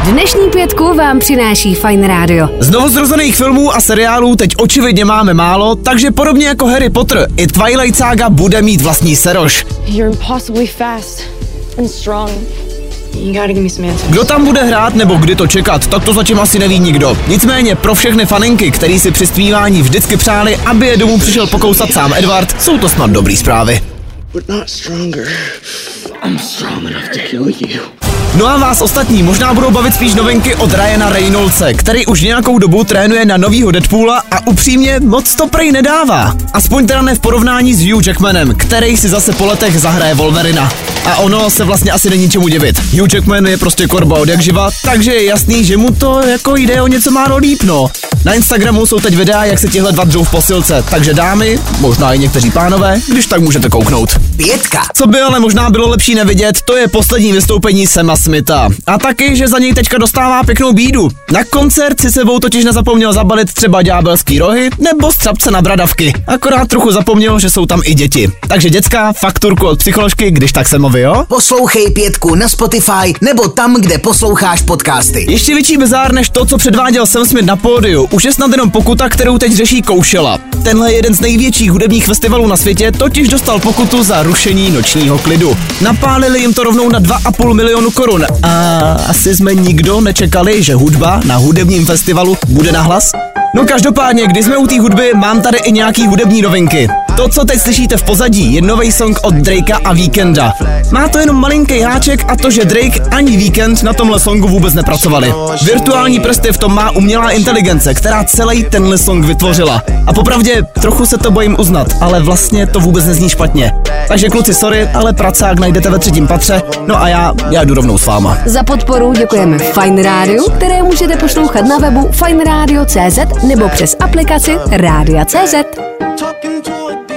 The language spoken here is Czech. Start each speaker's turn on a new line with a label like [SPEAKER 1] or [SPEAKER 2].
[SPEAKER 1] Dnešní pětku vám přináší Fajn rádio.
[SPEAKER 2] Z novozrozených filmů a seriálů teď očividně máme málo, takže podobně jako Harry Potter, i Twilight Saga bude mít vlastní seroš.
[SPEAKER 3] You're impossibly fast and strong. You gotta give me some answers.
[SPEAKER 2] Kdo tam bude hrát nebo kdy to čekat, tak to zatím asi neví nikdo. Nicméně pro všechny faninky, který si při zpívání vždycky přáli, aby je domů přišel pokousat sám Edward, jsou to snad dobrý zprávy. No a vás ostatní možná budou bavit spíš novinky od Ryana Reynoldse, který už nějakou dobu trénuje na novýho Deadpoola a upřímně moc to prej nedává. Aspoň teda ne v porovnání s Hugh Jackmanem, který si zase po letech zahraje Wolverina. A ono se vlastně asi není čemu divit. Hugh Jackman je prostě korba od jak živa, takže je jasný, že mu to jako jde o něco málo líp, no. Na Instagramu jsou teď videa, jak se tihle dva dřou v posilce, takže dámy, možná i někteří pánové, když tak můžete kouknout.
[SPEAKER 4] Pětka.
[SPEAKER 2] Co by ale možná bylo lepší nevidět, to je poslední vystoupení Sama Smitha. A taky, že za něj teďka dostává pěknou bídu. Na koncert si sebou totiž nezapomněl zabalit třeba ďábelský rohy nebo střapce na bradavky. Akorát trochu zapomněl, že jsou tam i děti. Takže děcka, fakturku od psycholožky, když tak Samovi, jo?
[SPEAKER 4] Poslouchej Pětku na Spotify nebo tam, kde posloucháš podcasty.
[SPEAKER 2] Ještě větší bizár než to, co předváděl Sam Smith na pódiu, už je snad jenom pokuta, kterou teď řeší Coachella. Tenhle jeden z největších hudebních festivalů na světě totiž dostal pokutu za rušení nočního klidu. Napálili jim to rovnou na 2,5 milionu korun. A asi jsme nikdo nečekali, že hudba na hudebním festivalu bude nahlas? No každopádně, když jsme u té hudby, mám tady i nějaký hudební novinky. To, co teď slyšíte v pozadí, je nový song od Drakea a Weekenda. Má to jenom malinký háček a to, že Drake ani Weekend na tomhle songu vůbec nepracovali. Virtuální prsty v tom má umělá inteligence, která celý tenhle song vytvořila. A popravdě trochu se to bojím uznat, ale vlastně to vůbec nezní špatně. Takže kluci, sorry, ale pracák najdete ve 3. patře, no a já jdu rovnou s váma.
[SPEAKER 1] Za podporu děkujeme Fajn rádiu, které můžete poslouchat na webu fajnradio.cz nebo přes aplikaci Rádia.cz.